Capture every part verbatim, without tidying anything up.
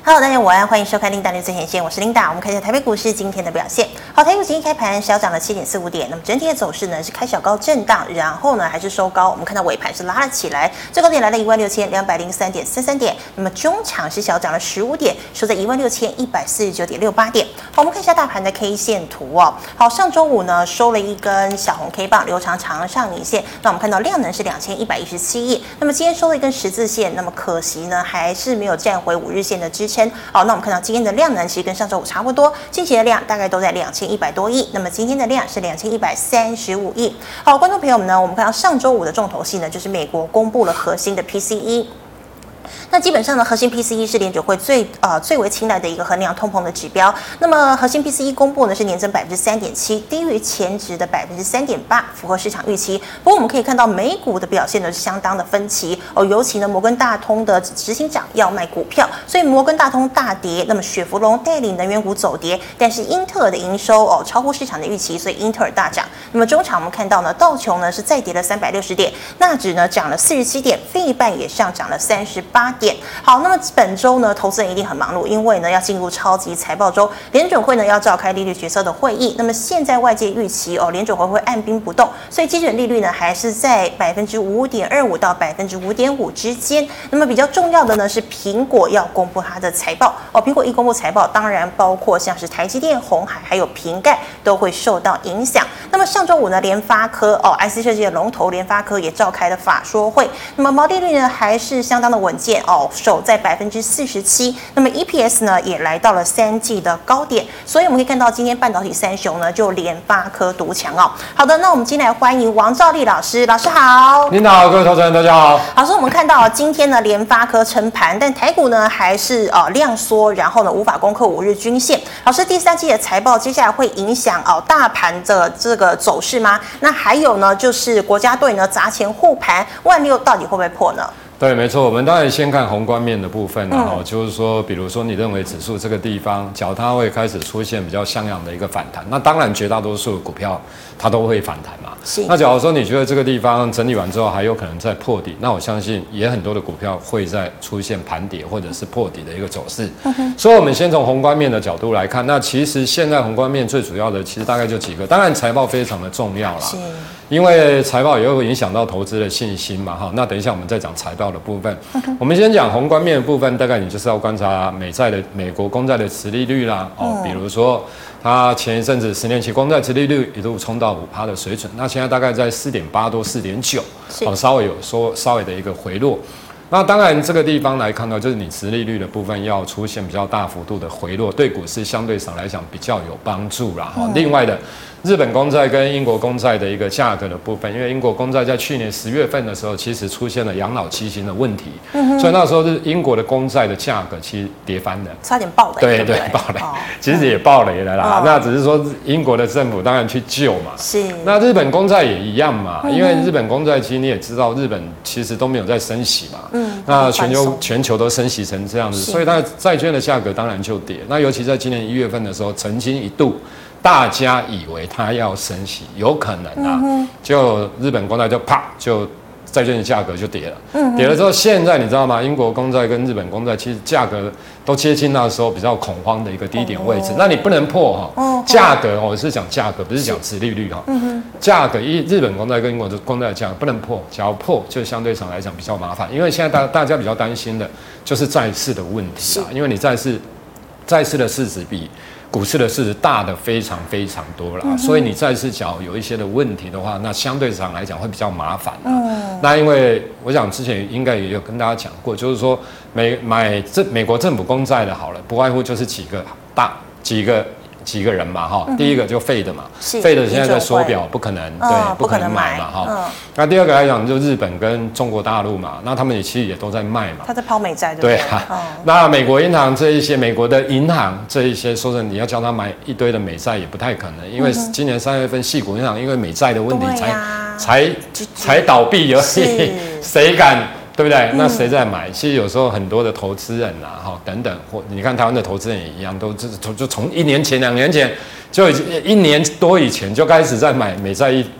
Hello， 大家午安，欢迎收看 Linda 最前线，我是 Linda。我们看一下台北股市今天的表现。好，台股今天开盘小涨了 七点四五 点，那么整体的走势呢是开小高震荡，然后呢还是收高。我们看到尾盘是拉了起来，最高点来到一万六千两百零三点四三点，那么中场是小涨了十五点，收在一万六千一百四十九点六八点。好，我们看一下大盘的 K 线图哦。好，上周五呢收了一根小红 K 棒，留长长上影线。那我们看到量能是两千一百一十七亿，那么今天收了一根十字线，那么可惜呢还是没有站回五日线的支撑。好，那我们看到今天的量能其实跟上周五差不多，近期的量大概都在两千一百多亿，那么今天的量是两千一百三十五亿。好，观众朋友们呢，我们看到上周五的重头戏呢，就是美国公布了核心的 P C E。那基本上呢，核心 P C E 是联准会最呃最为青睐的一个衡量通膨的指标。那么核心 P C E 公布呢是年增百分之三点七，低于前值的百分之三点八，符合市场预期。不过我们可以看到美股的表现呢是相当的分歧哦，尤其呢摩根大通的执行长要卖股票，所以摩根大通大跌。那么雪佛龙带领能源股走跌，但是英特尔的营收哦超乎市场的预期，所以英特尔大涨。那么中场我们看到呢，道琼呢是再跌了三百六十点，纳指呢涨了四十七点，费半也上涨了三十八点。好，那么本周呢，投资人一定很忙碌，因为呢要进入超级财报周，联准会呢要召开利率决策的会议。那么现在外界预期哦，联准会会按兵不动，所以基准利率呢还是在百分之五点二五到百分之五点五之间。那么比较重要的呢是苹果要公布它的财报哦，苹果一公布财报，当然包括像是台积电、鸿海还有瓶盖都会受到影响。那么上周五呢，联发科哦 ，I C 设计的龙头联发科也召开了法说会，那么毛利率呢还是相当的稳健哦。守在百分之四十七，那么 E P S 呢也来到了三季的高点，所以我们可以看到今天半导体三雄呢就联发科独强哦。好的，那我们今天来欢迎王兆立老师，老师好。 您好，各位投资人大家好。 老师，我们看到今天呢联发科撑盘，但台股呢还是呃量缩，然后呢无法攻克五日均线。老师，第三季的财报接下来会影响哦大盘的这个走势吗？那还有呢就是国家队呢砸钱护盘，万六到底会不会破呢？ 对，没错，我们当然先看宏观面的部分，然后、嗯、就是说，比如说你认为指数这个地方，假如它会开始出现比较像样的一个反弹，那当然绝大多数的股票它都会反弹嘛。那假如说你觉得这个地方整理完之后还有可能再破底，那我相信也很多的股票会再出现盘跌或者是破底的一个走势。嗯、所以，我们先从宏观面的角度来看，那其实现在宏观面最主要的其实大概就几个，当然财报非常的重要啦。因为财报也会影响到投资的信心嘛，哈。那等一下我们再讲财报的部分。Okay. 我们先讲宏观面的部分，大概你就是要观察美债的美国公债的殖利率啦，哦，嗯、比如说它前一阵子十年期公债殖利率一度冲到五趴的水准，那现在大概在四点八多四点九，哦，稍微有说稍微的一个回落。那当然，这个地方来看到，就是你殖利率的部分要出现比较大幅度的回落，对股市相对上来讲比较有帮助啦。嗯、另外的，日本公债跟英国公债的一个价格的部分，因为英国公债在去年十月份的时候，其实出现了养老期型的问题，嗯、所以那时候是英国的公债的价格其实跌翻了， 差点爆雷， 对 对, 对，爆雷，哦、其实也爆雷了啦。 哦、 那只是说英国的政府当然去救嘛， 是。 那日本公债也一样嘛，嗯、因为日本公债其实你也知道，日本其实都没有在升息嘛。嗯嗯，那全球全球都升息成这样子，所以它债券的价格当然就跌。那尤其在今年一月份的时候，曾经一度大家以为它要升息，有可能啊，嗯、就日本公债就啪就债券的价格就跌了。嗯，跌了之后，现在你知道吗？英国公债跟日本公债其实价格都接近那时候比较恐慌的一个低点位置。哦、那你不能破哈、哦，价格我是讲价格，不是讲殖利率哈。嗯价格一日本公债跟英国的公债的价格不能破，只要破就相对上来讲比较麻烦，因为现在大大家比较担心的就是债市的问题啊，因为你债市债市的市值比股市的市值大的非常非常多啦，嗯、所以你债市角有一些的问题的话，那相对上来讲会比较麻烦。嗯，那因为我想之前应该也有跟大家讲过，就是说美买这美国政府公债的好了，不外乎就是几个大几个。几个人嘛哈，嗯、第一个就费的嘛，费的现在在缩表，不可能，哦、对，不可能买嘛哈。嗯、那第二个来讲，就日本跟中国大陆嘛，那他们也其实也都在卖嘛。 他在抛美债，对不对？ 对啊。哦、那美国银行这一些，美国的银行这一些，说真的，你要叫他买一堆的美债也不太可能，因为今年三月份矽谷银行因为美债的问题才、啊、才才倒闭而已，谁敢？对不对？嗯、那谁在买？其实有时候很多的投资人啊，哈等等，或你看台湾的投资人也一样，都就就从一年前、两年前就已经一年多以前就开始在买美债一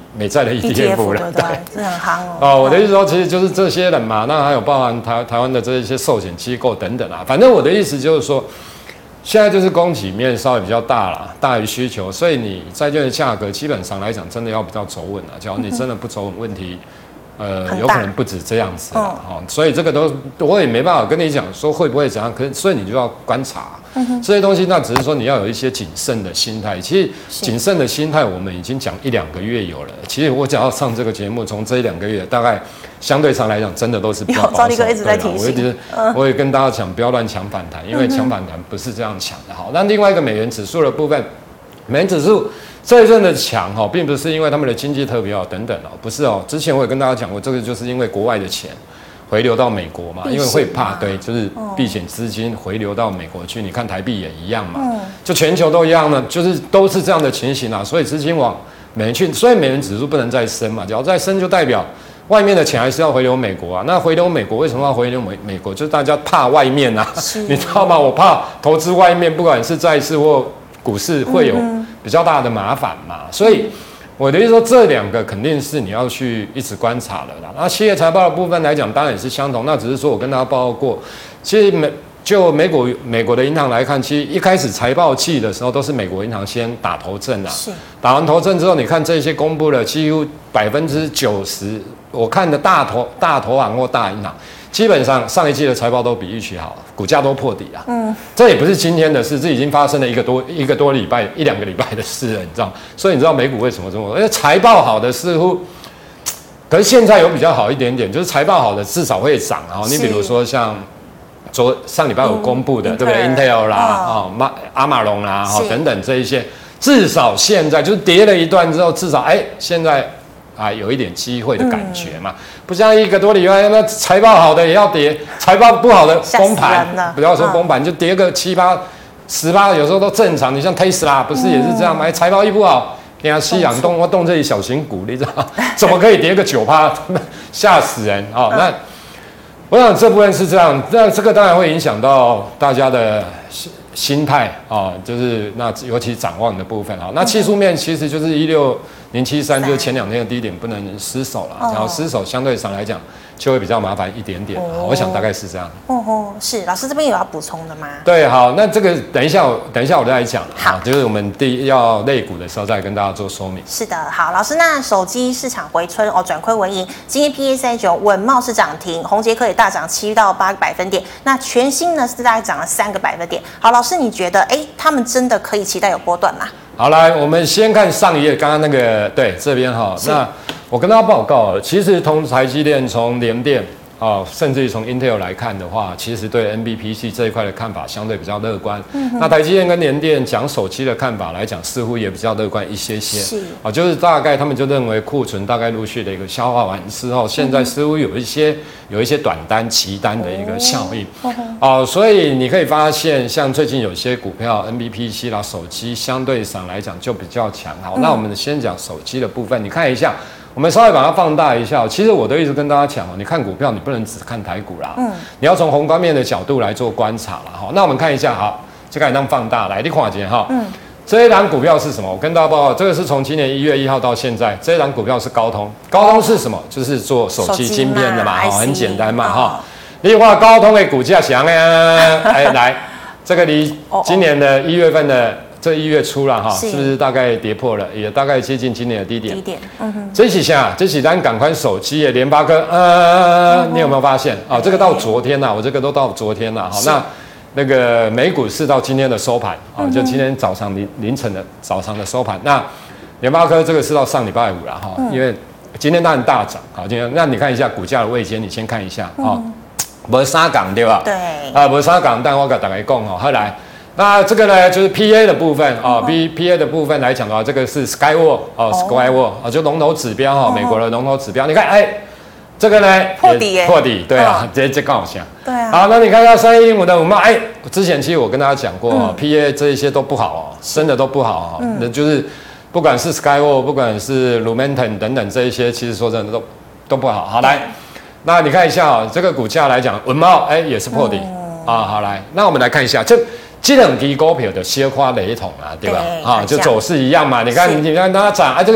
美债的 E T F 了， 对，这很夯哦。 哦，我的意思说，其实就是这些人嘛，那还有包含台台湾的这一些寿险机构等等啊。反正我的意思就是说，现在就是供给面稍微比较大啦，大于需求，所以你债券的价格基本上来讲，真的要比较走稳啊。假如你真的不走稳，问题。呃，有可能不止这样子啦，哈、嗯，所以这个都我也没办法跟你讲说会不会怎样，可是所以你就要观察、嗯、这些东西，那只是说你要有一些谨慎的心态。其实谨慎的心态我们已经讲一两个月有了。其实我只要上这个节目，从这一两个月，大概相对上来讲，真的都是比较保守。 赵立哥一直在提醒， 我一直、嗯、我也跟大家讲，不要乱抢反弹，因为抢反弹不是这样抢的。好，那另外一个美元指数的部分，美元指数。这一阵的强哈，并不是因为他们的经济特别好等等哦，不是哦。之前我也跟大家讲过，这个就是因为国外的钱回流到美国嘛，因为会怕对，就是避险资金回流到美国去。你看台币也一样嘛，就全球都一样呢，就是都是这样的情形啊。所以资金往美元去，所以美元指数不能再升嘛，只要再升就代表外面的钱还是要回流美国啊。那回流美国为什么要回流美美国？就是大家怕外面啊，你知道吗？我怕投资外面，不管是债市或股市会有比较大的麻烦嘛，所以我的意思说，这两个肯定是你要去一直观察的啦。那企业财报的部分来讲，当然也是相同，那只是说我跟大家报告过，其实美就美国美国的银行来看，其实一开始财报季的时候都是美国银行先打头阵啊，打完头阵之后，你看这些公布了几乎百分之九十，我看的大投大投行或大银行。基本上上一季的财报都比预期好，股价都破底啊。嗯，这也不是今天的事，这已经发生了一个多一个多礼拜、一两个礼拜的事了，你知道？所以你知道美股为什么这么？因为财报好的似乎，可是现在有比较好一点点，就是财报好的至少会涨啊。你比如说像昨上礼拜有公布的，嗯、对不对 ？Intel 啦，啊、哦，阿马龙啦，哈、哦、等等这一些，至少现在就是跌了一段之后，至少哎现在。啊，有一点机会的感觉嘛，嗯、不像一个多礼拜，那财报好的也要跌，财报不好的崩盘，不要说崩盘，嗯、就跌个七八、十八，有时候都正常。你像 Tesla 不是也是这样吗？嗯、财报一不好，给它吸氧动，我动这里小型股，你知道怎么可以跌个九趴，吓死人啊、哦！那我想这部分是这样，那这个当然会影响到大家的心态啊、哦，就是那尤其展望的部分啊。那技术面其实就是一六。零七三就是前两天的低点不能失守了，然后失守相对上来讲就会比较麻烦一点点。哦、我想大概是这样。 哦哦，是老师这边有要补充的吗？ 对，好，那这个等一下我等一下我再来讲。好，就是我们第一要类股的时候再跟大家做说明。 是的，好，老师，那手机市场回春哦，转亏为盈，今天 P A 三十九，稳懋是涨停，宏捷科也大涨七到八个百分点，那全新呢是大概涨了三个百分点。好，老师你觉得，哎，他们真的可以期待有波段吗？ 好，来，我们先看上一页，刚刚那个对这边哈，那我跟大家报告，其实从台积电、从联电啊，甚至于从 Intel 来看的话，其实对 N B P C 这一块的看法相对比较乐观。嗯、那台积电跟联电讲手机的看法来讲，似乎也比较乐观一些些。是啊，就是大概他们就认为库存大概陆续的一个消化完之后，现在似乎有一些有一些短单、期单的一个效应。哦、啊，所以你可以发现，像最近有些股票 N B P C 啦，手机相对上来讲就比较强。好，嗯、那我们先讲手机的部分，你看一下。我们稍微把它放大一下，其实我都一直跟大家讲哦，你看股票你不能只看台股啦，嗯，你要从宏观面的角度来做观察啦。好，那我们看一下，好，就开始当放大来，你看一下哈，嗯，这一档股票是什么？我跟大家报告，这个是从今年一月一号到现在，这一档股票是高通，高通是什么？就是做手机晶片的嘛，哈，很简单嘛，哈。你话高通的股价强呀，哎，来，这个离今年的一月份的。这一月初了哈，是不是大概跌破了？也大概接近今年的低点。低点，嗯哼。这几下，这几单港宽手机的联发科，呃，嗯、你有没有发现啊？这个到昨天呐，我这个都到昨天了。好，那那个美股是到今天的收盘啊，就今天早上凌凌晨的早上的收盘。那联发科这个是到上礼拜五了哈，嗯、因为今天当然大涨。好，今天那你看一下股价的位阶，你先看一下啊，没啥港对吧？对。啊，没啥港，但我跟大家讲哦，后来。那这个呢，就是 P A 的部分啊 ，P P A 的部分来讲的话，这个是 Skyward 哦 ，Skyward 啊，就龙头指标哈，美国的龙头指标。你看，哎，这个呢破底耶， 破底，对啊，直接这刚好像。 对啊。 好，那你看到三一零五的五茂，哎，之前其实我跟大家讲过哦 ，P A 这一些都不好哦，真的都不好哦，那就是不管是 Skyward， 不管是 Lumentum 等等这一些，其实说真的都都不好。好，来，那你看一下哦，这个股价来讲，文茂哎也是破底啊。好，来，那我们来看一下这。这两支股票的小可雷同啊，对吧？啊，就走势一样嘛。你看，你看它涨啊，这个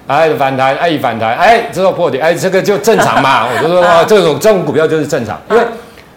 哎反弹，哎反弹，哎之后破底，哎这个就正常嘛。我就说哇，这种这种股票就是正常，因为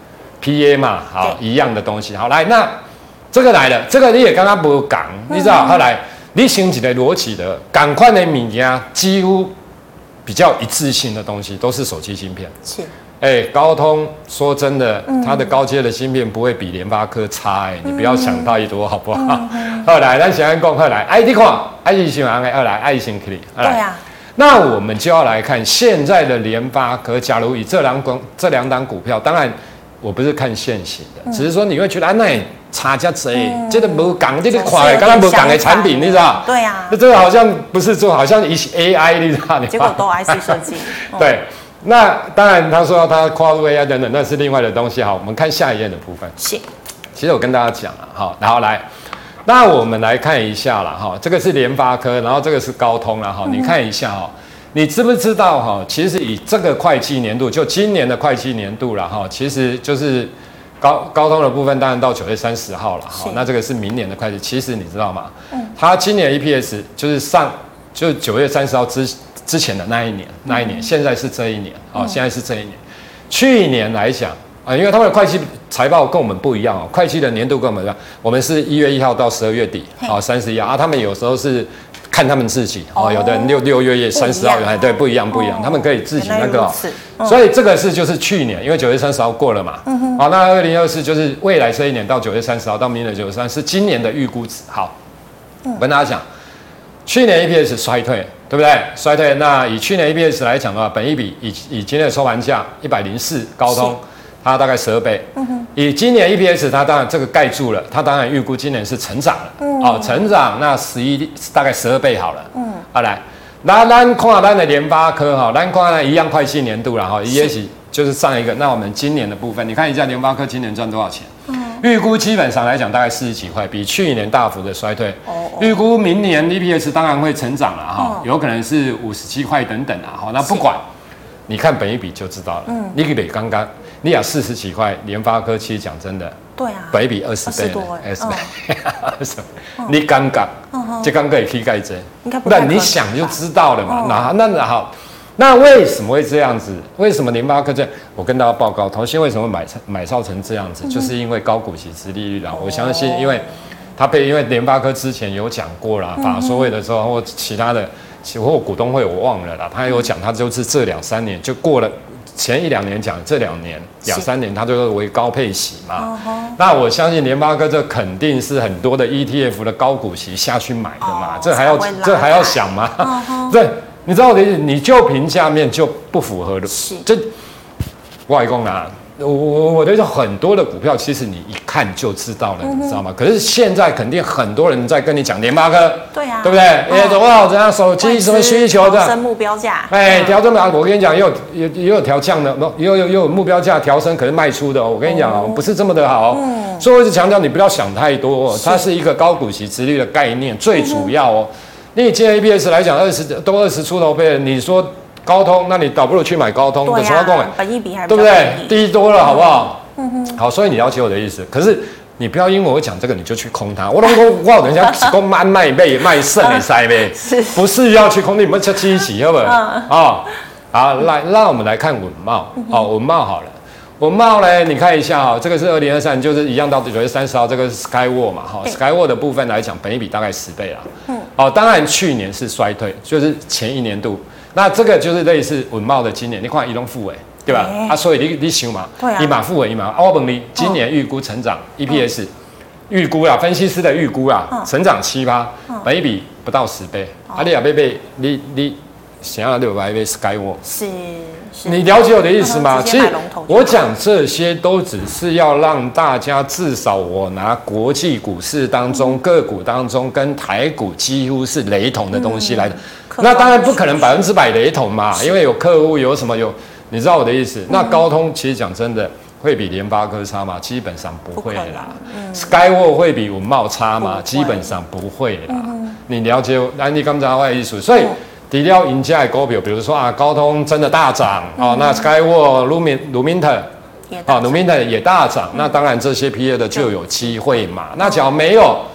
P A 嘛，好一样的东西。好来，那这个来了，这个你也刚刚不讲，你知道后来你想起来逻辑的，赶快的物件几乎比较一致性的东西都是手机芯片。 是。 哎，高通说真的，嗯、它的高阶的芯片不会比联发科差哎、欸，你不要想太多好不好？嗯、后来咱先讲，后来哎，你看，爱心行哎，后来爱心可以。对啊。 那我们就要来看现在的联发科，假如以这两股这两档股票，当然我不是看现行的，嗯、只是说你会觉得啊，那也差价贼，这个无港，这个快，刚刚无港的产品，你知道？ 对啊。 那这个好像不是做，好像一 A I， 你知道？ 结果都 I C 设计。 对。那当然，他说他跨入 A I 等等，那是另外的东西。好，我们看下一页的部分。 是， 其实我跟大家讲了，好，然后来，那我们来看一下了，哈，这个是联发科，然后这个是高通了，哈，你看一下哈，你知不知道哈？其实以这个会计年度，就今年的会计年度了，哈，其实就是高高通的部分，当然到九月三十号了，哈，那这个是明年的会计。其实你知道吗？嗯，它今年 E P S 就是上，就是九月三十号之。之前的那一年，那一年，现在是这一年，哦，现在是这一年。去年来讲啊，因为他们的会计财报跟我们不一样哦，会计的年度跟我们不一样，我们是一月一号到十二月底，哦，三十一号啊，他们有时候是看他们自己，哦，有的人六六月月三十号，哎，对，不一样不一样，他们可以自己那个哦，所以这个是就是去年，因为九月三十号过了嘛，好，那二零二四就是未来这一年到九月三十号到明年九月三是今年的预估值，好，我跟大家讲，去年 E P S 衰退。对不对？衰退。那以去年 E P S 来讲的话，本益比以以今天的收盘价一百零四，高通它大概十二倍。嗯、以今年 E P S， 它当然这个盖住了，它当然预估今年是成长了。嗯、哦，成长那十一大概十二倍好了。嗯，好来，那咱看咱的联发科哈，咱看呢一样会计年度了哈，也许就是上一个。那我们今年的部分，你看一下联发科今年赚多少钱？预估基本上来讲大概四十几块，比去年大幅的衰退。预估明年 E P S 当然会成长了哈，有可能是五十七块等等啊。好，那不管，你看本益比就知道了。嗯，你比刚刚你讲四十几块，联发科其实讲真的， 对啊， 本益比二十倍，二十倍，二十倍，你刚刚这刚刚也可以盖证，那你想就知道了嘛。那那好。那为什么会这样子？为什么联发科这样？我跟大家报告，投信为什么买买超成这样子，嗯、就是因为高股息、殖利率啦。我相信，因为他被因为联发科之前有讲过啦，法说会的时候或其他的，或股东会我忘了啦，他有讲，他就是这两三年就过了。前一两年讲，这两年两三年，它就是为高配息嘛。那我相信联发科这肯定是很多的 E T F 的高股息下去买的嘛，哦、这还要这还要想吗？对。你知道我的意思，你就评价面就不符合的，这外公啊，我我我的意思，很多的股票其实你一看就知道了，嗯、你知道吗？可是现在肯定很多人在跟你讲联发科， 对啊， 对不对？哎，多少怎样手机什么需求的， 调升目标价， 哎，调升目标，我跟你讲，也有也也有调降的，也有也有目标价调升，可是卖出的哦。我跟你讲哦，不是这么的好，嗯、所以我一直强调你不要想太多，它是一个高股息殖利率的概念，最主要哦。你今天 E P S 来讲，二十都二十出头倍，你说高通，那你倒不如去买高通。 对呀、啊，本益比还对不对？低多了，好不好？嗯哼。好，所以你了解我的意思。可是你不要因为我讲这个你就去空它。我拢讲，我等一下讲卖卖卖卖肾的塞呗，不是要去空，你们就积极，好不好？啊，好，来，让我们来看稳懋。好，稳懋好了。稳懋呢，你看一下哈，这个是二零二三，就是一样到九月三十号，这个是 Skyworks 嘛，哈 ，Skyworks 的部分来讲，本益比大概十倍啦。嗯。哦，当然去年是衰退，就是前一年度，那这个就是类似稳懋的今年，你看移动富伟，对吧？欸、啊，所以你你想嘛， 对啊， 一马富伟一马，我问你，今年预估成长 E P S，、嗯、预估啦，分析师的预估啦，嗯、成长七趴，本益比不到十倍，嗯、啊，你也被被你你想要六百倍 Skyworks 是。 你了解我的意思吗？其实我讲这些都只是要让大家至少我拿国际股市当中、嗯、个股当中跟台股几乎是雷同的东西来的。嗯、那当然不可能百分之百雷同嘛，因为有客户有什么有，你知道我的意思？嗯、那高通其实讲真的会比联发科差吗？基本上不会啦。嗯、Skyworks 会比稳懋差吗？基本上不会啦。嗯、你了解我，那你刚才我的意思，所以。嗯除了赢家的股票，比如说啊，高通真的大涨、嗯、哦，那 Skyworks、Lumentum 啊 ，Lumentum 也大涨，嗯、那当然这些 P A 的就有机会嘛。嗯、那假如没有，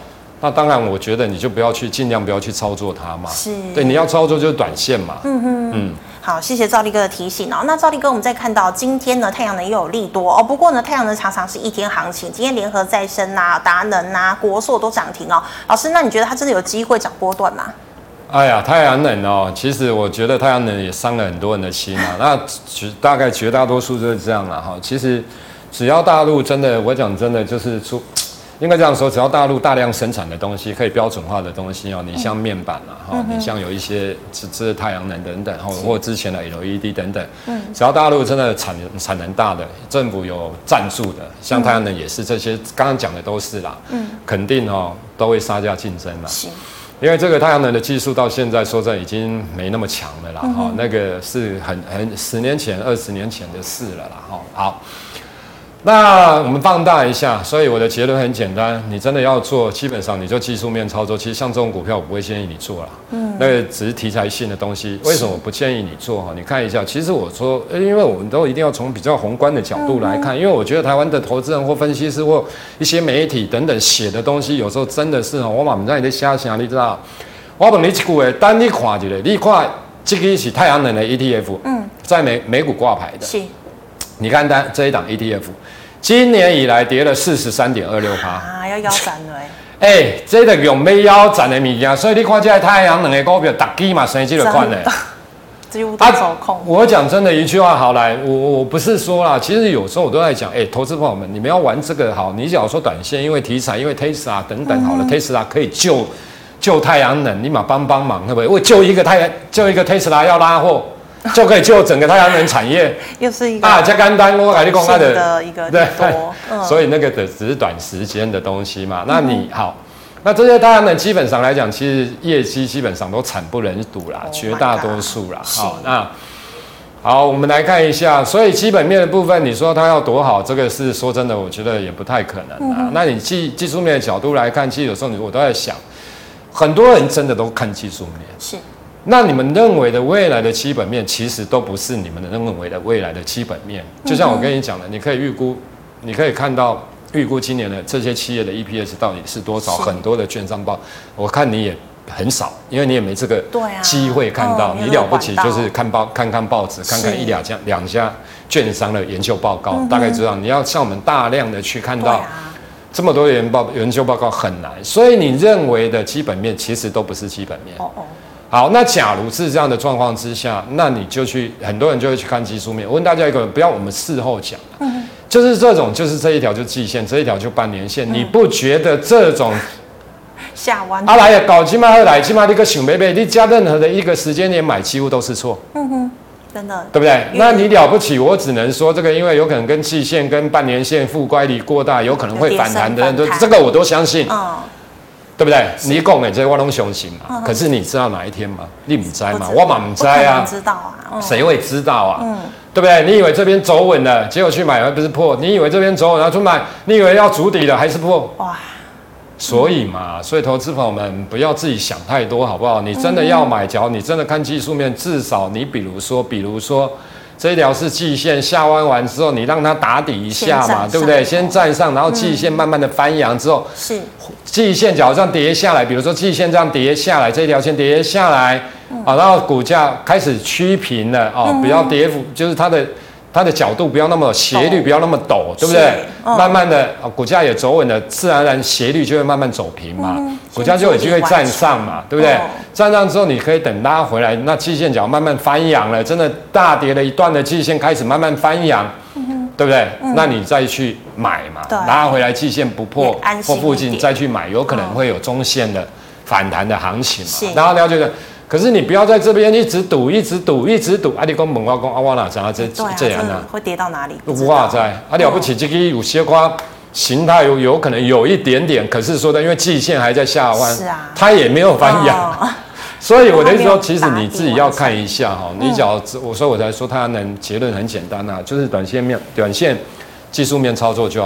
那当然我觉得你就不要去尽量不要去操作它嘛。 是， 对，你要操作就是短线嘛。 嗯哼，嗯。好，谢谢赵力哥的提醒哦。那赵力哥，我们再看到今天呢，太阳能又有利多哦。不过呢，太阳能常常是一天行情，今天联合再生啊、达能啊、国硕都涨停哦。老师，那你觉得它真的有机会涨波段吗？ 哎呀，太阳能哦，其实我觉得太阳能也伤了很多人的心啊。那大概绝大多数就是这样了哈。其实只要大陆真的，我讲真的就是出。应该这样说，只要大陆大量生产的东西，可以标准化的东西哦，你像面板啊，哈、嗯，你像有一些这这太阳能等等，或或之前的 L E D 等等，嗯，只要大陆真的产产能大的，政府有赞助的，像太阳能也是这些，刚刚讲的都是啦，嗯，肯定哦都会杀价竞争啦，是，因为这个太阳能的技术到现在说真的已经没那么强了啦，哈、嗯，那个是很很十年前、二十年前的事了啦，哈，好。那我们放大一下，所以我的结论很简单，你真的要做，基本上你就技术面操作。其实像这种股票，我不会建议你做啦，嗯，那个只是题材性的东西。为什么我不建议你做哈？你看一下，其实我说，因为我们都一定要从比较宏观的角度来看，因为我觉得台湾的投资人或分析师或一些媒体等等写的东西，有时候真的是哦，我嘛不知道你在瞎想，你知道？我问你一句话，当你看一下，你看这个是太阳能的 E T F， 嗯，在美美股挂牌的，是。你看单这一档 E T F， 今年以来跌了四十三点二六趴啊，要腰斩了哎、欸！这个用要腰斩的物件，所以你看这个太阳能的股票，大基嘛生这个款的， 几乎都受控。 我讲真的一句话，好来，我我不是说啦，其实有时候我都在讲，哎、欸，投资朋友们，你们要玩这个好，你只要说短线，因为题材，因为 Tesla 等等好了、嗯、，Tesla 可以救救太阳能，你嘛帮帮忙，对不对？我救一个太阳，救一个 Tesla 要拉货。就可以救整个太阳能产业， 又是一个啊，加简单，我跟你讲它的一个对多、 嗯，所以那个的只是短时间的东西嘛。那你、嗯、好，那这些太阳能基本上来讲，其实业绩基本上都惨不忍睹啦， oh、绝大多数啦。好，那好，我们来看一下，所以基本面的部分，你说它要多好，这个是说真的，我觉得也不太可能啊。嗯、那你技技术面的角度来看，其实有时候我都在想，很多人真的都看技术面是。 那你们认为的未来的基本面，其实都不是你们认为的未来的基本面。就像我跟你讲的，你可以预估，你可以看到预估今年的这些企业的 E P S 到底是多少，很多的券商报，我看你也很少，因为你也没这个机会看到。啊哦、你了不起就是看报看看报纸，看看一两家两家券商的研究报告，大概知道。你要像我们大量的去看到。这么多研报研究报告很难，所以你认为的基本面其实都不是基本面。哦哦。好，那假如是这样的状况之下，那你就去，很多人就会去看技术面。我问大家一个，不要我们事后讲，嗯，就是这种，就是这一条就季线，这一条就半年线，嗯、你不觉得这种下弯？ 啊来搞起码来，起码你个想买买，你加任何的一个时间点买，几乎都是错。嗯哼。真的，对不对？那你了不起，我只能说这个，因为有可能跟季线、跟半年线负乖离过大，有可能会反弹的人，都这个我都相信，嗯、对不对？你讲的这我都相信嘛。嗯、可是你知道哪一天吗？你不知嘛？我嘛不知啊。 知道啊。谁、 嗯、会知道啊？嗯、对不对？你以为这边走稳了，结果去买还不是破？你以为这边走稳然后去买，你以为要筑底了还是破？哇！所以嘛，所以投资朋友们不要自己想太多，好不好？你真的要买，假如你真的看技术面，至少你比如说，比如说这一条是季线下弯完之后，你让它打底一下嘛，对不对？先站上，然后季线慢慢的翻扬之后，是季线假如这样跌下来，比如说季线这样跌下来，这一条线跌下来，啊，然后股价开始趋平了，哦，不要跌幅，就是它的。它的角度不要那么斜率，不要那么陡，对不对？嗯、慢慢的，股价也走稳了，自然而然斜率就会慢慢走平嘛，嗯、股价就有机会站上嘛，对不对？哦、站上之后，你可以等拉回来，那季线角慢慢翻扬了，真的大跌了一段的季线开始慢慢翻扬，嗯、对不对？嗯、那你再去买嘛，拉回来季线不破或附近再去买，有可能会有中线的反弹的行情嘛。然后了解的。可是你不要在这边一直赌，一直赌，一直赌。啊，你讲问我讲啊，我哪知道这这样啊？ 会跌到哪里？ 哇塞！啊，了不起，这个有些夸形态有有可能有一点点，可是说的，因为季线还在下弯，是啊，它也没有翻扬。哦、所以我的意思说，其实你自己要看一下哈。你只要我说我才说它能结论很简单啊，就是短线面、短线技术面操作就好了。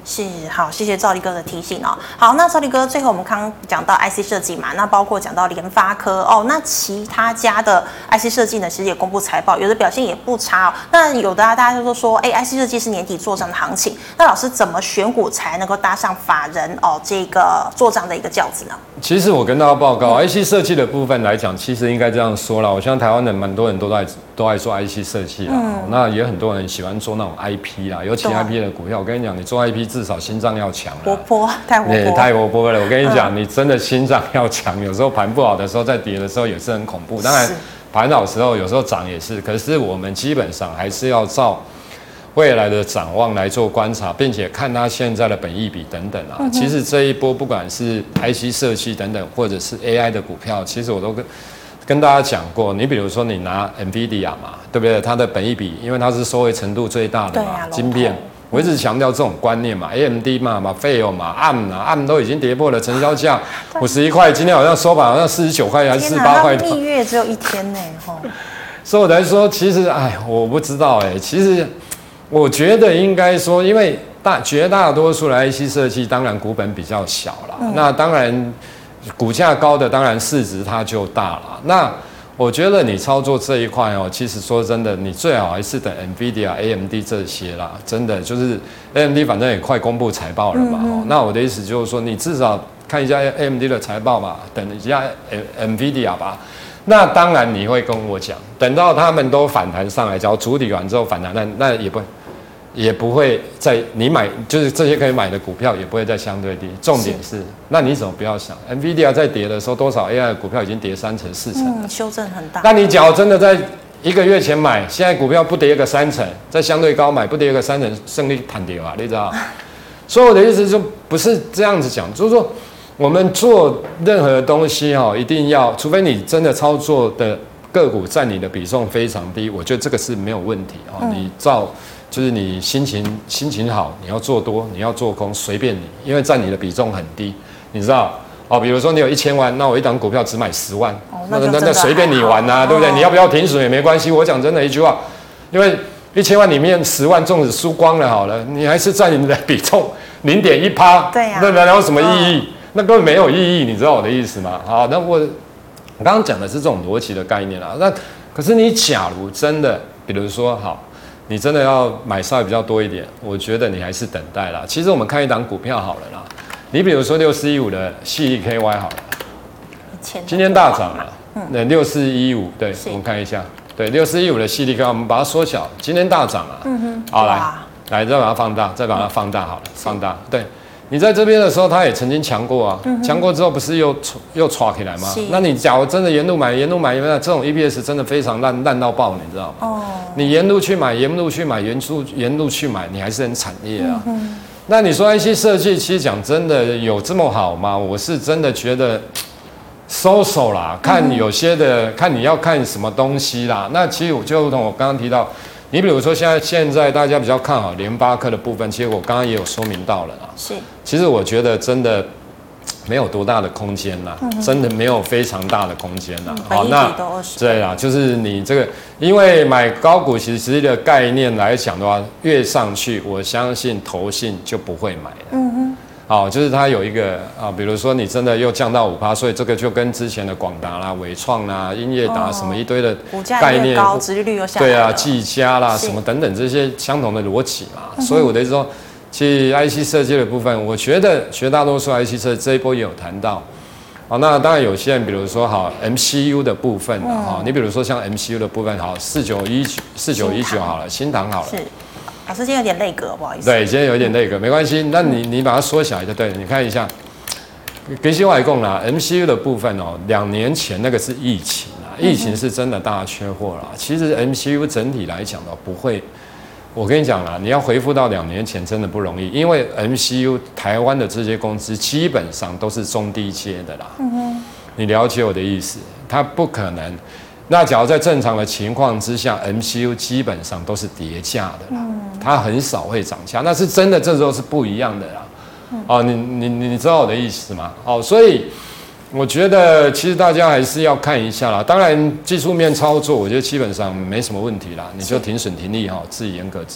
是，好，谢谢赵力哥的提醒哦。好，那赵力哥，最后我们刚刚讲到 I C 设计嘛，那包括讲到联发科哦，那其他家的 I C 设计呢，其实也公布财报，有的表现也不差哦。那有的、啊、大家就说，哎 ，I C 设计是年底做账的行情，那老师怎么选股才能够搭上法人哦这个做账的一个轿子呢？ 其实我跟大家报告、嗯、，I C 设计的部分来讲，其实应该这样说啦。我相信台湾人蛮多人都在都爱做 I C 设计啦、嗯，那也很多人喜欢做那种 I P 啦，尤其 I P 的股票，我跟你讲，你做 I P 至少心脏要强， 活泼，太活泼， 太活泼了。我跟你讲、嗯，你真的心脏要强，有时候盘不好的时候，在跌的时候也是很恐怖。当然，盘好的时候有时候涨也是，可是我们基本上还是要照未来的展望来做观察，并且看它现在的本益比等等啊。嗯、其实这一波不管是 I C 设计等等，或者是 A I 的股票，其实我都跟跟大家讲过。你比如说你拿 NVIDIA 嘛，对不对？它的本益比，因为它是收回程度最大的嘛，啊、晶片。我一直强调这种观念嘛 ，A M D 嘛嘛 ，F E O 嘛 ，A M 啊 ，A M 都已经跌破了成交价五十一块，今天好像收盘好像四十九块还是四十八块。 蜜月只有一天呢，吼。 所以我才说，其实哎，我不知道哎，其实。我觉得应该说，因为大绝大多数的 I C 设计，当然股本比较小啦、嗯、那当然股价高的，当然市值它就大了。那我觉得你操作这一块哦，其实说真的，你最好还是等 NVIDIA、A M D 这些啦。真的就是 A M D 反正也快公布财报了嘛、嗯嗯、那我的意思就是说，你至少看一下 A M D 的财报吧，等一下 NVIDIA 吧。那当然你会跟我讲，等到他们都反弹上来，只要主体完之后反弹，那那也不会。也不会在你买，就是这些可以买的股票也不会再相对低。重点是，是那你怎么不要想 ，NVIDIA 在跌的时候，多少 A I 的股票已经跌三成、四成了、 嗯，修正很大。 那你假如真的在一个月前买，现在股票不跌个三成，在相对高买不跌个三成，胜率盘跌啊，你知道？所以我的意思就不是这样子讲，就是说我们做任何东西哈，一定要，除非你真的操作的个股占你的比重非常低，我觉得这个是没有问题啊、嗯。你照。就是你心情心情好，你要做多，你要做空，随便你，因为占你的比重很低，你知道哦。比如说你有一千万，那我一档股票只买十万，哦、那那那随便你玩呐、啊，对不对？哦、你要不要停损也没关系。我讲真的一句话，因为一千万里面十万纵使输光了好了，你还是占你的比重零点一趴， 对呀、啊， 那那有什么意义、哦？那根本没有意义，你知道我的意思吗？好，那我我刚刚讲的是这种逻辑的概念啦。那可是你假如真的，比如说好。你真的要买稍微比较多一点，我觉得你还是等待啦。其实我们看一档股票好了啦，你比如说六四一五的矽力 K Y 好了，今天大涨了，嗯，六四一五，对，我们看一下，对，六四一五的矽力 K Y， 我们把它缩小，今天大涨啊，嗯哼，好来，来再把它放大，再把它放大好了，放大，对。你在这边的时候，它也曾经强过啊，强、嗯、过之后不是又又刷起来吗？那你假如真的沿路買，沿路買，那这種 E P S 真的非常爛爛到爆，你知道嗎？哦，你沿路去買，沿路去買，沿路沿路去買，你還是很慘烈啊。嗯、那你說 I C 設計，其實講真的有這麼好嗎？我是真的覺得收手啦，看有些的，嗯、看你要看什麼東西啦。那其實我就如同我剛剛提到。你比如說，現在現在大家比較看好聯發科的部分，其實我剛剛也有說明到了啦。是，其實我覺得真的沒有多大的空間啦、嗯，真的沒有非常大的空間啦。好、嗯，那對啦，就是你這個，因為買高股息實際的概念來講的話，越上去，我相信投信就不會買了。嗯哼。好，就是它有一個啊，比如說你真的又降到五趴，所以這個就跟之前的廣達啦、緯創啦、英業達什麼一堆的概念， 高，殖利率又下來了， 對啊，技嘉啦什麼等等這些相同的邏輯嘛。嗯、所以我的意思說，其實 I C 設計的部分，我覺得絕大多數 I C 設計這一波也有談到。好，那當然有些人，比如說好 M C U 的部分啊，哈、嗯，你比如說像 M C U 的部分，好四九一四九一九好了，新唐好了。是老師今天有點累格，不好意思。 對，今天有點累格，沒關係。那你你把它縮小一下，對，你看一下。其實我來講啦 ，M C U 的部分哦，兩年前那個是疫情啊，疫情是真的大缺貨啦。其實 M C U 整體來講呢，不會。我跟你講啦，你要回復到兩年前真的不容易，因為 M C U 台灣的這些公司基本上都是中低階的啦。嗯哼。你了解我的意思？它不可能。那假如在正常的情況之下 ，M C U 基本上都是跌價的啦，它很少會漲價，那是真的，這時候是不一樣的啦。哦，你你你知道我的意思嗎？哦，所以我覺得其實大家還是要看一下啦。當然技術面操作，我覺得基本上沒什麼問題啦，你就停損停利哈，自己嚴格執行。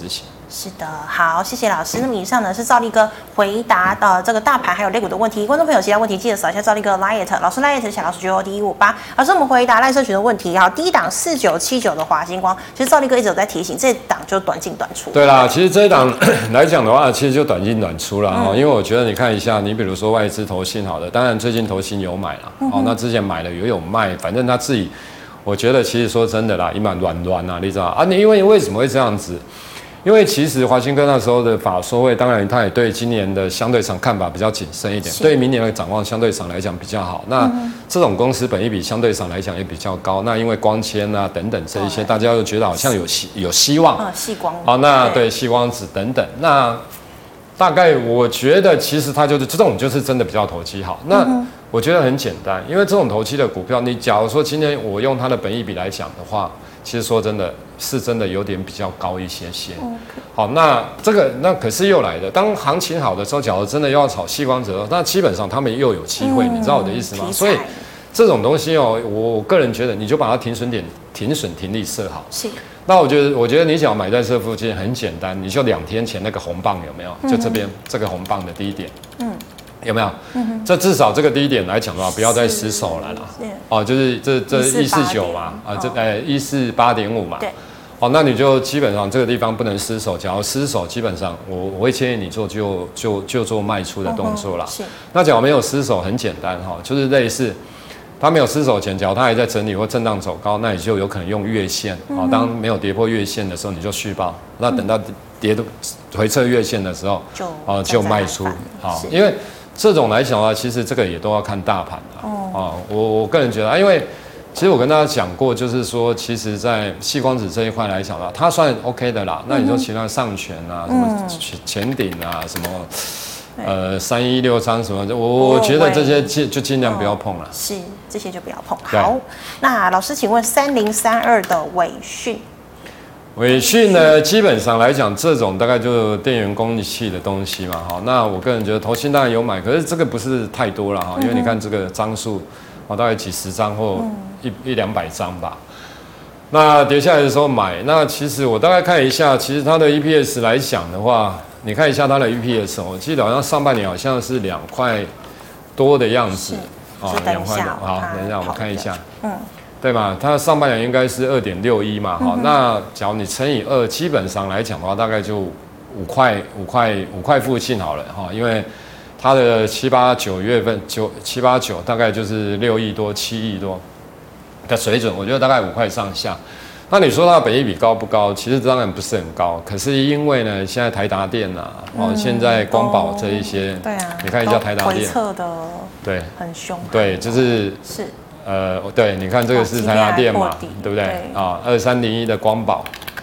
是的，好，谢谢老师。那么以上呢是兆立哥回答的这个大盘还有类股的问题。观众朋友其他问题记得扫一下兆立哥的 Line， 老师 Line 小老鼠 G O D 一五八。老师，我们回答赖社群的问题。好，第一档四九七九的华星光，其实兆立哥一直有在提醒，这档就短进短出。 对啦，其实这一档来讲的话，其实就短进短出啦。嗯、因为我觉得你看一下，你比如说外资投信好的，当然最近投信有买了，嗯、哦，那之前买了也有卖，反正他自己，我觉得其实说真的啦，也蛮软软啊，你知道啊？你因为为什么会这样子？因为其实华新科那时候的法说会，当然他也对今年的相对上看法比较谨慎一点，对明年的展望相对上来讲比较好。那、嗯、这种公司本益比相对上来讲也比较高。那因为光纤啊等等这一些，大家又觉得好像有希有希望。 嗯，矽光。 好，那对矽光子等等，那大概我觉得其实它就是这种就是真的比较投机好。那、嗯、我觉得很简单，因为这种投机的股票，你假如说今天我用它的本益比来讲的话。其实说真的，是真的有点比较高一些些。好，那这个那可是又来的。当行情好的时候，假如真的要炒矽光子，那基本上他们又有机会，嗯、你知道我的意思吗？所以这种东西哦，我个人觉得，你就把它停损点、停损停利设好。 是。 那我觉得，我觉得你想要买在这附近很简单，你就两天前那个红棒有没有？就这边、嗯、这个红棒的低点。嗯。有没有？嗯、这至少这个低点来讲的话，不要再失守了啦。哦，就是这这一四九嘛，啊，这呃一四八点五嘛。对。哦，那你就基本上这个地方不能失守，假如失守，基本上我我会建议你做就就就做卖出的动作啦。嗯、是。那假如没有失守，很简单哈，就是类似它没有失守前，假如它还在整理或震荡走高，那你就有可能用月线啊、嗯。当没有跌破月线的时候，你就续报。那等到跌回撤月线的时候，就啊就卖出。好，因为。这种来讲的话，其实这个也都要看大盘的哦、啊。我我个人觉得啊，因为其实我跟大家讲过，就是说，其实，在矽光子这一块来讲的话，它算 OK 的啦。那你说其他上权啊，什么前顶啊，什么呃三一六三什么，我我觉得这些就就尽量不要碰了。 是，这些就不要碰。好，那老师，请问三零三二的伟讯。 伟讯呢，基本上来讲，这种大概就是电源供应器的东西嘛，哈。那我个人觉得，投信当然有买，可是这个不是太多了哈，因为你看这个张数，啊，大概几十张或一一两百张吧。那跌下来的时候买，那其实我大概看一下，其实它的 E P S 来讲的话，你看一下它的 E P S， 我记得好像上半年好像是两块多的样子，啊，两块多。好，等一下我们看一下，嗯。对吧？它上半年应该是二点六一嘛，好、嗯，那假如你乘以二，基本上来讲的话，大概就五块五块五块附近好了哈，因为它的七八九月份九七八九大概就是六亿多七亿多的水准，我觉得大概五块上下。那你说它的本益比高不高？其实当然不是很高，可是因为呢，现在台达电啊，哦、嗯，现在光宝这一些，对啊，你看一下台达电，回测的，对，很凶，对，就是是。呃，对，你看这个是台达电嘛，对不对？啊，二三零一的光宝，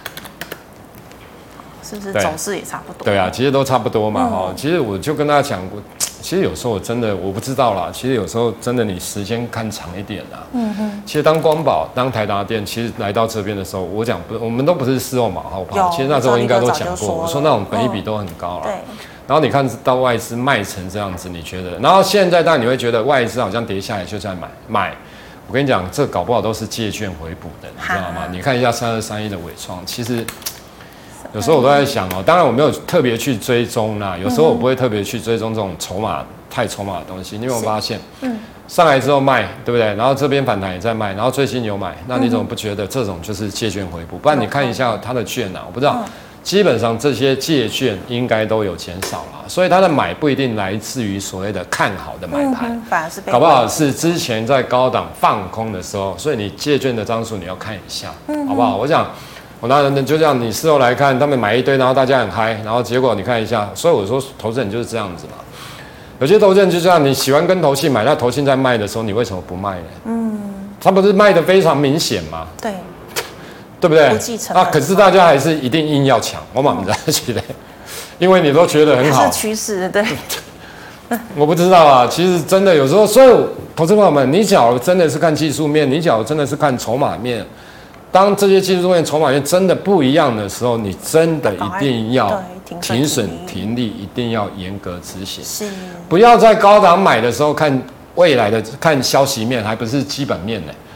是不是走势也差不多？ 对啊，其实都差不多嘛。哈、嗯，其实我就跟大家讲过，其实有时候我真的我不知道啦。其实有时候真的你时间看长一点啊。嗯哼。其实当光宝、当台达电，其实来到这边的时候，我讲不，我们都不是事后马后炮。其实那时候应该都讲过，我说那种本益比都很高了。对。然后你看到外资卖成这样子，你觉得？然后现在当然你会觉得外资好像跌下来就在买买。我跟你讲，这搞不好都是借券回补的，你知道吗？你看一下三二三一的伟创，其实有时候我都在想哦，当然我没有特别去追踪啦，有时候我不会特别去追踪这种筹码太筹码的东西，你有没有发现？嗯，上来之后卖，对不对？然后这边反弹也在卖，然后最近有买，那你怎么不觉得这种就是借券回补？不然你看一下它的券啊，我不知道。基本上这些借券应该都有减少了，所以它的买不一定来自于所谓的看好的买盘，嗯、反而是搞不好是之前在高档放空的时候，所以你借券的张数你要看一下，嗯、好不好？我想我当然就这样，你事后来看，他们买一堆，然后大家很嗨，然后结果你看一下，所以我说投资人就是这样子嘛。有些投资人就这样，你喜欢跟投信买，那投信在卖的时候，你为什么不卖呢？嗯，他不是卖的非常明显吗？对。对不对？啊，可是大家还是一定硬要抢，我满不在一起的，因为你都觉得很好， 是趋势，对。 我不知道啊，其实真的有时候，所以投资朋友们，你假如真的是看技术面，你假如真的是看筹码面，当这些技术面、筹码面真的不一样的时候，你真的一定要停损停利，一定要严格执行，是，不要在高档买的时候看未来的看消息面，还不是基本面呢。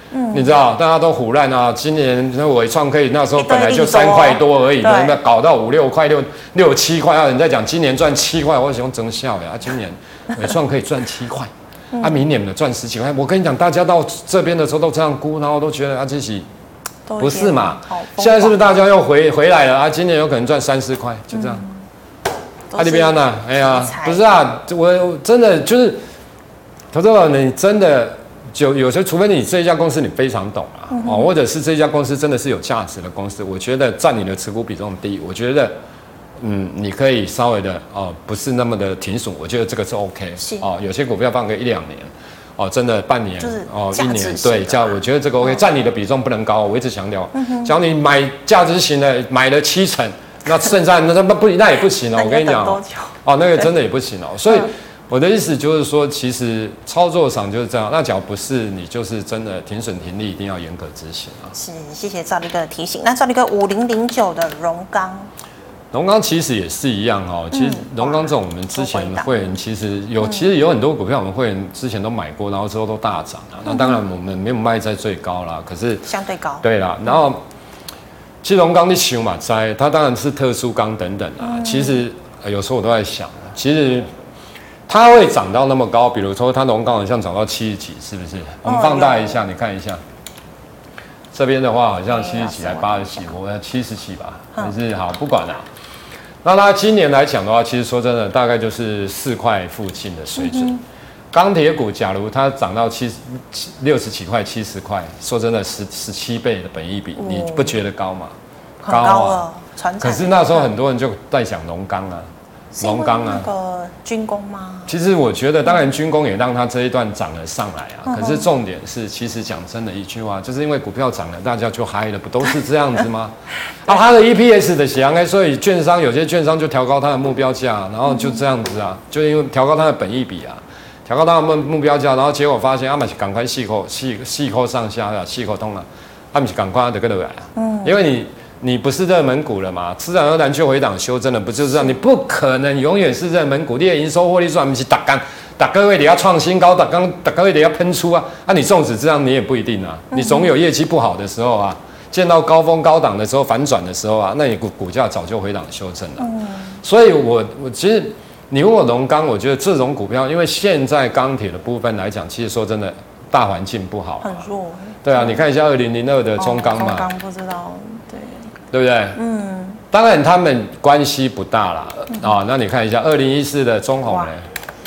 嗯，你知道大家都唬烂啊，今年那伟创可以那时候本来就三块多而已，那搞到五六块、六六七块，啊，人在讲今年赚七块，我想真笑呀，啊，今年伟创可以赚七块。嗯、啊，明年的赚十几块，我跟你讲，大家到这边的时候都这样估，然后都觉得啊，这是不是嘛？现在是不是大家又回回来了啊？今年有可能赚三四块，就这样。阿里比安娜，哎呀，不是啊，我真的就是，投资者你真的就有时候，除非你这一家公司你非常懂啊，嗯、哦，或者是这家公司真的是有价值的公司，我觉得占你的持股比重低，我觉得。嗯，你可以稍微的哦，不是那么的停损，我觉得这个是 OK。是哦，有些股票放个一两年，哦，真的半年，哦，一年，对，这样我觉得这个 OK，占你的比重不能高，我一直强调。嗯、假如你买价值型的，买了七成，那剩下那那不那也不行哦，我跟你讲，哦，那个真的也不行哦。所以我的意思就是说，其实操作上就是这样。那假如不是你，就是真的停损停利一定要严格执行啊。 是，谢谢赵力哥的提醒。那赵力哥五零零九的荣钢。 龙钢其实也是一样哦，其实龙钢这种我们之前会员其实有，其实有很多股票我们会员之前都买过，然后之后都大涨啊。那当然我们没有卖在最高啦，可是相对高。 对啦，然后其实龙钢你想嘛，在它当然是特殊钢等等啊。其实有时候我都在想，其实它会涨到那么高，比如说它龙钢好像涨到七十几，是不是？我们放大一下，你看一下。这边的话好像七十几还八十几，我们七十几吧，还是好不管啦。那它今年来讲的话，其实说真的，大概就是四块附近的水准。钢铁股假如它涨到七六十几块、七十块，说真的，十十七倍的本益比，你不觉得高吗？ 高啊！ 可是那时候很多人就在讲龙钢啊。龙钢啊， 那个军工吗？ 其实我觉得，当然军工也让它这一段涨了上来啊。嗯、可是重点是，其实讲真的一句话，就是因为股票涨了，大家就嗨了，不都是这样子吗？啊，它的 E P S 的翔，哎，所以券商有些券商就调高它的目标价，然后就这样子啊，就因为调高它的本益比啊，调高它的目目标价，然后结果发现阿们是赶快细扣细细扣上下啊，细扣通了，阿们是赶快的个来啊，嗯，因为你。你不是热门股了嘛？自然而然就回档修正了，不就是这样？你不可能永远是热门股，你的营收获利算不是打干，打个月你要创新高，打刚打个月你要喷出啊！啊，你纵使这样，你也不一定啊，你总有业绩不好的时候啊，见到高峰高档的时候反转的时候啊，那你股股价早就回档修正了。嗯、所以我我其实你问我龙钢，我觉得这种股票，因为现在钢铁的部分来讲，其实说真的，大环境不好、啊， 很弱。 对啊，你看一下二零零二的中钢嘛， 中钢不知道。 对不对？嗯，当然他们关系不大啦。嗯、啊，那你看一下二零一四的中鸿呢，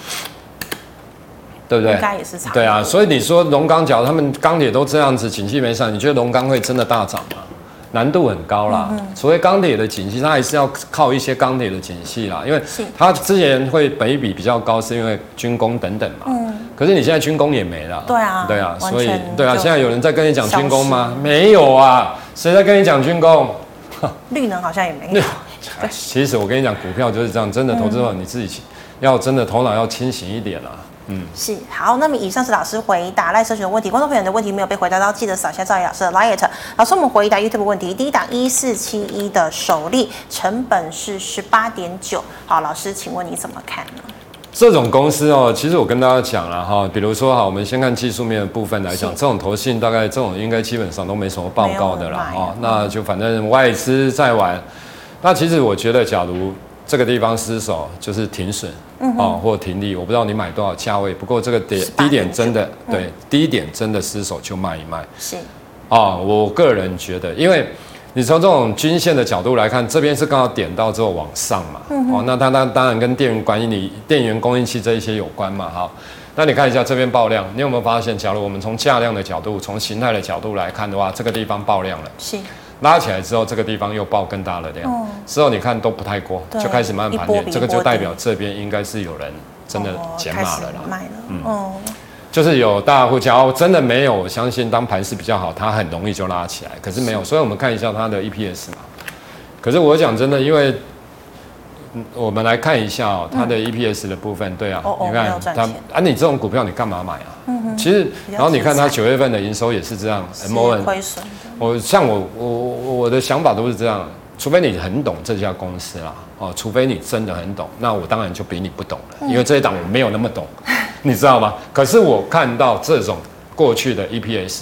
对不对？ 应该也是差不多。 对啊，所以你说龙钢角他们钢铁都这样子，景气没上，你觉得龙钢会真的大涨吗？难度很高啦。嗯、所谓钢铁的景气，它还是要靠一些钢铁的景气啦，因为它之前会本益比比较高，是因为军工等等嘛。嗯。可是你现在军工也没了。 对啊。 对啊，所以对啊，现在有人在跟你讲军工吗？没有啊，谁在跟你讲军工？ 绿能好像也没有。 其实我跟你讲，股票就是这样，真的投资者你自己要真的头脑要清醒一点啦。嗯， 是好。那么以上是老师回答赖社群的问题，观众朋友的问题没有被回答到，记得扫下赵毅老师的 Light。老师，我们回答 YouTube 问题，第一档一四七一的首例成本是十八点九。好，老师，请问你怎么看呢？ 这种公司哦，其实我跟大家讲了哈，比如说哈，我们先看技术面的部分来讲，这种投信大概这种应该基本上都没什么报告的啦哈，那就反正外资在玩。那其实我觉得，假如这个地方失守，就是停损哦，或停利，我不知道你买多少价位，不过这个点低点真的对低点真的失守就卖一卖。是啊，我个人觉得，因为。你从这种均线的角度来看，这边是刚好点到之后往上嘛，嗯、哦，那它当当然跟电源管理、电源供应器这一些有关嘛，哈。那你看一下这边爆量，你有没有发现？假如我们从价量的角度、从形态的角度来看的话，这个地方爆量了，是拉起来之后，这个地方又爆更大的量，嗯、之后你看都不太过，就开始慢慢盘点，这个就代表这边应该是有人真的减码了啦， 卖了， 嗯。哦就是有大户，假如真的没有，我相信当盘势比较好，它很容易就拉起来。可是没有，所以我们看一下它的 E P S 嘛。可是我讲真的，因为我们来看一下哦，它的 E P S 的部分，对啊， 哦哦你看它啊，你这种股票你干嘛买啊？嗯、其实，然后你看它九月份的营收也是这样 ，M O N 亏损。我像我我我的想法都是这样，除非你很懂这家公司啦，哦，除非你真的很懂，那我当然就比你不懂了，嗯、因为这一档我没有那么懂。你知道吗？可是我看到这种过去的 E P S，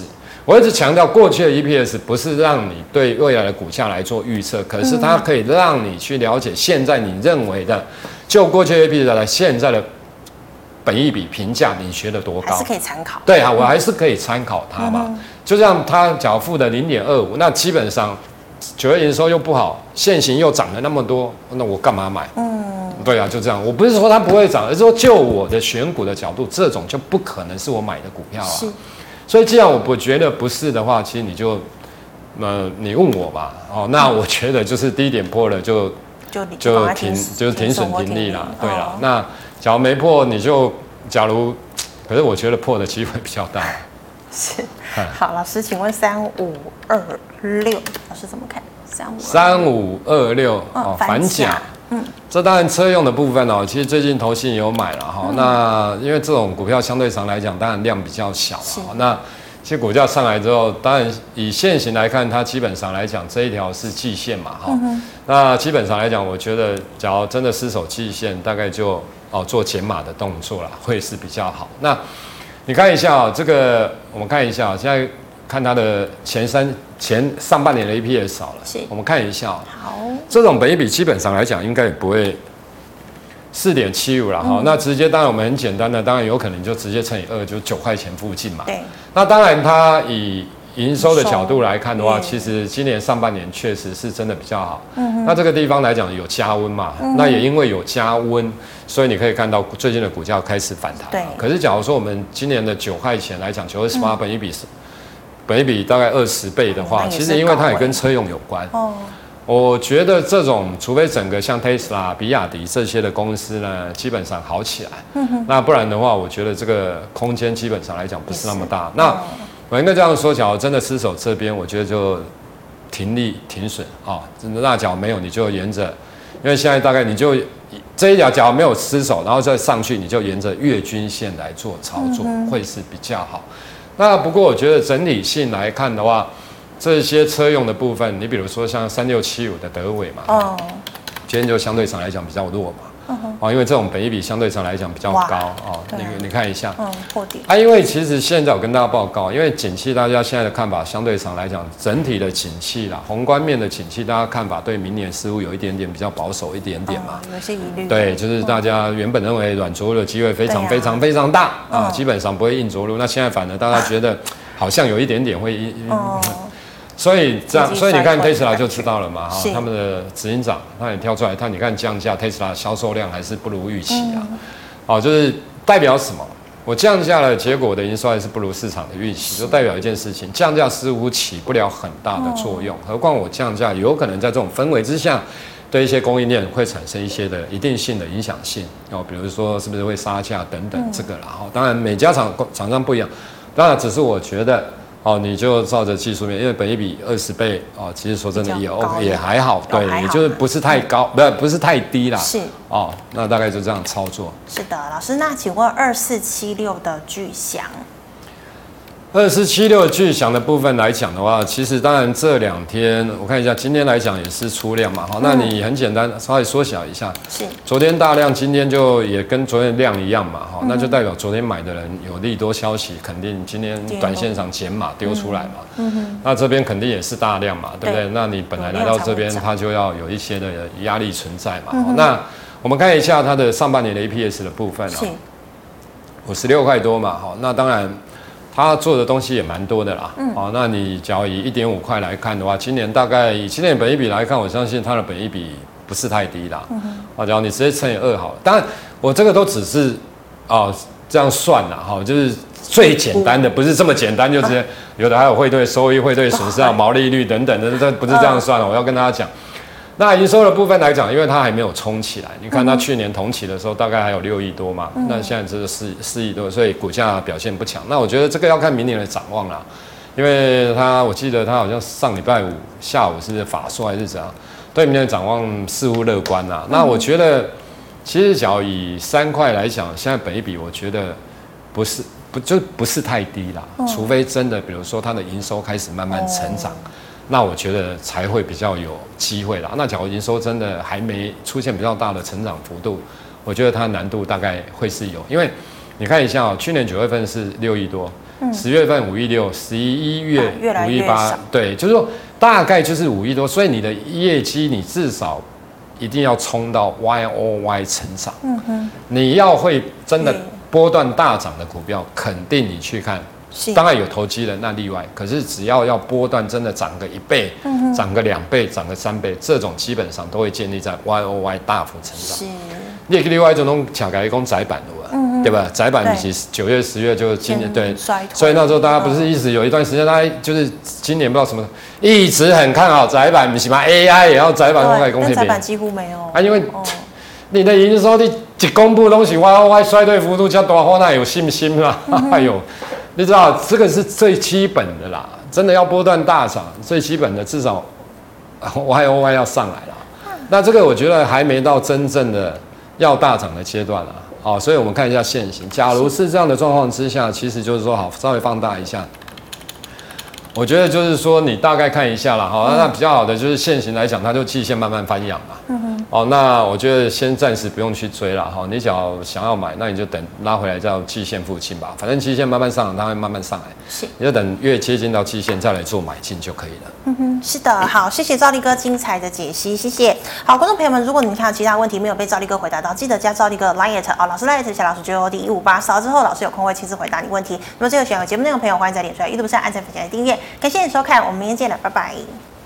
我一直强调，过去的 E P S 不是让你对未来的股价来做预测，可是它可以让你去了解现在你认为的，就过去的 E P S 来现在的本益比评价，你学得多高？ 还是可以参考。 对啊，我还是可以参考它嘛。嗯、就像它缴付的零点二五，那基本上九月营收又不好，现行又涨了那么多，那我干嘛买？嗯，对啊，就这样。我不是说它不会涨，而是说就我的选股的角度，这种就不可能是我买的股票啊。是。所以既然我不觉得不是的话，其实你就，呃，你问我吧，哦，那我觉得就是低点破了就就就停就是停损停利啦，对啦。那假如没破，你就假如，可是我觉得破的机会比较大。 是。好，老师，请问三五二六，老师怎么看？三五三五二六哦，反甲。嗯，这当然车用的部分哦，其实最近投信有买了哈。嗯、那因为这种股票相对上来讲，当然量比较小了。那其实股价上来之后，当然以现行来看，它基本上来讲这一条是季线嘛哈。嗯、那基本上来讲，我觉得假如真的失守季线，大概就哦做减码的动作啦，会是比较好。那你看一下啊、哦，这个我们看一下、哦，现在看它的前三。前上半年的 E P S 少了，我们看一下、喔。好，这种本益比基本上来讲，应该也不会四点七五了哈。那直接当然我们很简单的，当然有可能就直接乘以二，就九块钱附近嘛。对。那当然它以营收的角度来看的话，其实今年上半年确实是真的比较好。嗯。那这个地方来讲有加温嘛？嗯、那也因为有加温，所以你可以看到最近的股价开始反弹。对。可是假如说我们今年的九块钱来讲，九二十八本益比是。本益比大概二十倍的话，其实因为它也跟车用有关。哦，我觉得这种除非整个像 Tesla、比亚迪这些的公司呢，基本上好起来，嗯、那不然的话，我觉得这个空间基本上来讲不是那么大。那我应该这样说，假如真的失守这边，我觉得就停利停损啊，真的那假如没有，你就沿着，因为现在大概你就这一条假如没有失守，然后再上去，你就沿着月均线来做操作，嗯、会是比较好。那不过我觉得整体性来看的话，这些车用的部分，你比如说像三六七五的德伟嘛，哦，今天就相对上来讲比较弱嘛，嗯、哦，因为这种本益比相对上来讲比较高哦，你你看一下，嗯，破底啊，因为其实现在我跟大家报告，因为景气大家现在的看法相对上来讲，整体的景气啦，宏观面的景气，大家看法对明年似乎有一点点比较保守一点点嘛， 哦、有些疑虑， 对，就是大家原本认为软着陆的机会非常非常非常大啊，啊基本上不会硬着陆，那现在反而大家觉得好像有一点点会硬。哦所以这样，所以你看 Tesla 就知道了嘛，哈，他们的执行长他也跳出来，他你看降价 ，Tesla 销售量还是不如预期啊，哦、嗯，就是代表什么？我降价了，结果我的营收还是不如市场的预期，就代表一件事情，降价似乎起不了很大的作用，何况我降价有可能在这种氛围之下，对一些供应链会产生一些的一定性的影响性，哦，比如说是不是会杀价等等这个啦，哈，当然每家厂厂商不一样，当然只是我觉得。哦，你就照着技术面，因为本益比二十倍哦，其实说真的也 OK 也还好，对，也就是不是太高，不是不是太低啦。是哦，那大概就这样操作。 是的，老师，那请问二四七六的巨翔， 二四七六巨翔的部分来讲的话，其实当然这两天我看一下，今天来讲也是出量嘛，好，那你很简单稍微缩小一下，是昨天大量，今天就也跟昨天量一样嘛，好，那就代表昨天买的人有利多消息，肯定今天短线上减码丢出来嘛，嗯哼，那这边肯定也是大量嘛，对不对？那你本来来到这边，它就要有一些的压力存在嘛，嗯、那我们看一下它的上半年的 E P S 的部分啊，五十六块多嘛，好，那当然。他做的东西也蛮多的啦，嗯，哦，那你只要以一点五块来看的话，今年大概以今年本益比来看，我相信它的本益比不是太低啦，嗯，哦，只要你直接乘以二好了，当然我这个都只是哦这样算啦，哈，就是最简单的，不是这么简单就直接，有的还有汇兑收益、汇兑损失啊、毛利率等等的，这不是这样算的，我要跟大家讲。那营收的部分来讲，因为它还没有冲起来，你看它去年同期的时候大概还有六亿多嘛，嗯、那现在只是四四亿多，所以股价表现不强。那我觉得这个要看明年的展望啦，因为它我记得它好像上礼拜五下午是法说还是怎样，对明年的展望似乎乐观啦。那我觉得其实只要以三块来讲，现在本益比我觉得不是不就不是太低啦，嗯、除非真的比如说它的营收开始慢慢成长。哦那我觉得才会比较有机会啦。那假如营收真的还没出现比较大的成长幅度，我觉得它难度大概会是有，因为你看一下哦、喔，去年九月份是六亿多， 十、嗯、月份五亿六，十一月五亿八，对，就是说大概就是五亿多，所以你的业绩你至少一定要冲到 Y O Y 成长。嗯哼，你要会真的波段大涨的股票，肯定你去看。当然有投机人那例外，可是只要要波段真的涨个一倍、嗯、涨个两倍、涨个三倍，这种基本上都会建立在 Y O Y 大幅成长。你也另外一种种巧改工窄板的，嗯、对吧？窄板其实九月、十月就今年对，所以那时候大家不是一直有一段时间，大家就是今年不知道什么，一直很看好窄板，不是吗 ？A I 也要窄板，我改工， 但窄板几乎没有啊，因为、哦、你的营收你一公布东西 Y O Y 衰退幅度较大，我那有信心吗？嗯、哎呦！你知道这个是最基本的啦，真的要波段大涨，最基本的至少 Y O Y 要上来了。那这个我觉得还没到真正的要大涨的阶段啦。好，所以我们看一下现行。假如是这样的状况之下，其实就是说，好，稍微放大一下。我觉得就是说，你大概看一下啦，哈、嗯，那比较好的就是现行来讲，它就季线慢慢翻扬嘛。嗯哼。哦，那我觉得先暂时不用去追了哈。你只要想要买，那你就等拉回来到季线附近吧。反正季线慢慢上涨，它会慢慢上来。是。你就等越接近到季线再来做买进就可以了。 嗯哼，是的，好，谢谢兆立哥精彩的解析，谢谢。好，观众朋友们，如果你们看到其他问题没有被兆立哥回答到，记得加兆立哥 Line 啊，老师 Line 小老师 J O D 一五八，扫之后老师有空会亲自回答你问题。那么最后喜欢我节目内容的朋友，欢迎在脸书、YouTube 上按赞、分享、订阅。感谢你收看，我们明天见了，拜拜。